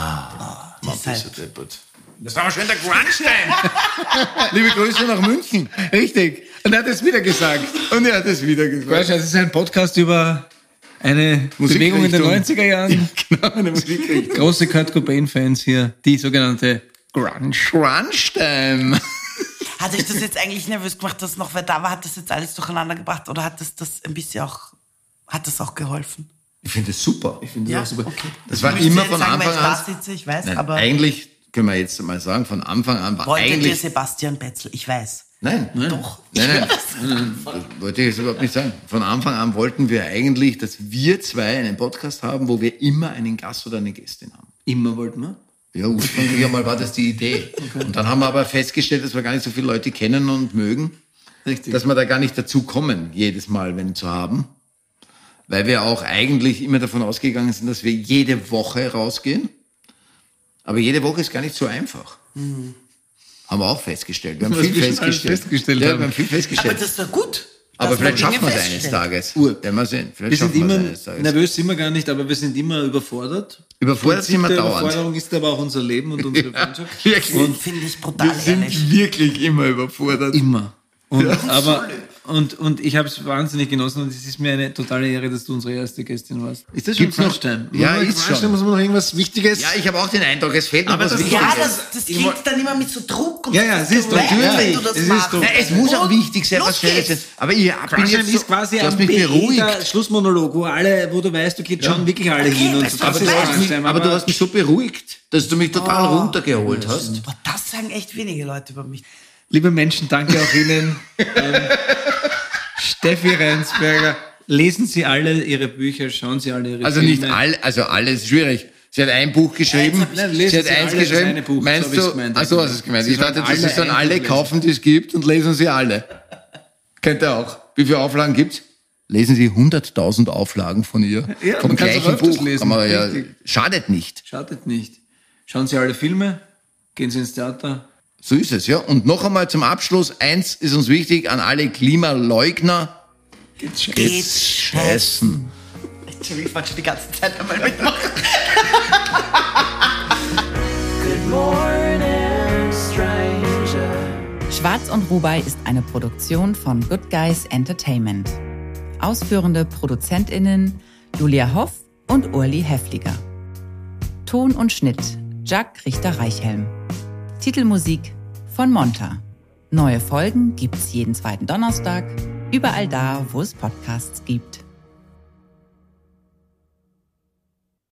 Deshalb. Das war schon der Crunch-Time. Liebe Grüße nach München. Richtig. Und er hat es wieder gesagt. Weißt du, es ist ein Podcast über eine Bewegung in den Musikrichtung. 90er Jahren. Genau, eine Musikrichtung. Große Kurt Cobain-Fans hier, die sogenannte Grunge. Crunch-Time. Hat euch das jetzt eigentlich nervös gemacht, dass noch wer da war? Hat das jetzt alles durcheinander gebracht? Oder hat das ein bisschen auch, hat das auch geholfen? Ich finde das super. Ich finde das auch super. Okay. Das war müsst ihr immer jetzt von sagen, Anfang weil ich an. da sitze, ich weiß, Nein, aber eigentlich können wir jetzt mal sagen, von Anfang an war wolltet ihr eigentlich... Sebastian Betzel? Ich weiß. Nein, Doch. Nein, das wollte ich jetzt überhaupt nicht sagen. Von Anfang an wollten wir eigentlich, dass wir zwei einen Podcast haben, wo wir immer einen Gast oder eine Gästin haben. Immer wollten wir. Ja, ursprünglich einmal war das die Idee. Und dann haben wir aber festgestellt, dass wir gar nicht so viele Leute kennen und mögen, Richtig. dass wir da gar nicht dazu kommen, jedes Mal, wenn zu haben. Weil wir auch eigentlich immer davon ausgegangen sind, dass wir jede Woche rausgehen. Aber jede Woche ist gar nicht so einfach. Haben wir auch festgestellt. Wir haben Was viel wir schon alles festgestellt Ja, haben. wir haben viel Aber festgestellt. das ist doch gut. Aber dass man vielleicht schaffen wir Dinge es eines feststellt. Tages. Werden wir sehen. Vielleicht Wir sind schaffen wir immer, es eines Tages. nervös sind wir gar nicht, aber wir sind immer überfordert. Überfordert sind wir Der dauernd. Überforderung ist aber auch unser Leben und unsere Freundschaft. Wirklich. Und finde ich brutal ehrlich. wirklich immer überfordert. Immer. Und ich habe es wahnsinnig genossen und es ist mir eine totale Ehre, dass du unsere erste Gästin warst. Ist das schon Gibt's noch- Crunchtime? Ja, Muss man- ist schon. Crunchtime, muss man noch irgendwas Wichtiges? Ja, ich habe auch den Eindruck, es fehlt noch Aber was das- Wichtiges. Ja, das klingt dann immer mit so Druck und Ja, ja, es ist Druck, wenn natürlich. du das Es ist machst. Druck. Nein, es muss auch wichtig sein, was Los Schnelles geht's. ist. Aber ich bin Crunchtime jetzt so, ist quasi du hast ein mich beruhigt. der Schlussmonolog, wo du weißt, okay, jetzt schauen wirklich alle hin. Und das so, Aber das du, ist hast mich, Crunchtime, aber du hast mich so beruhigt, dass du mich total runtergeholt hast. Boah, das sagen echt wenige Leute über mich. Liebe Menschen, danke auch Ihnen. Steffi Reinsberger, lesen Sie alle Ihre Bücher, schauen Sie alle Ihre Also Filme. nicht alle, also alles schwierig. Sie hat ein Buch geschrieben, Nein, lesen sie hat Sie eins alle das geschrieben. eine Buch, so Meinst hab ich's du, gemeint. ach so hast du es gemeint. Sie Ich dachte, sollen sie sollen alle alle lesen. kaufen, die es gibt und lesen sie alle. Kennt ihr auch. Wie viele Auflagen gibt's? Lesen Sie 100.000 Auflagen von ihr. Ja, vom man kann's auch gleichen öfters Buch. lesen, Kann man ja, richtig. schadet nicht. Schadet nicht. Schauen Sie alle Filme, gehen Sie ins Theater. So ist es, ja. Und noch einmal zum Abschluss. Eins ist uns wichtig an alle Klimaleugner. Geht's schön. Geht's scheißen. Entschuldigung, ich wollte schon die ganze Zeit einmal mitmachen. Good morning, stranger. Schwarz und Rubai ist eine Produktion von Good Guys Entertainment. Ausführende ProduzentInnen Julia Hoff und Urli Häfliger. Ton und Schnitt Jack Richter-Reichhelm. Titelmusik von Monta. Neue Folgen gibt's jeden zweiten Donnerstag, überall da, wo es Podcasts gibt.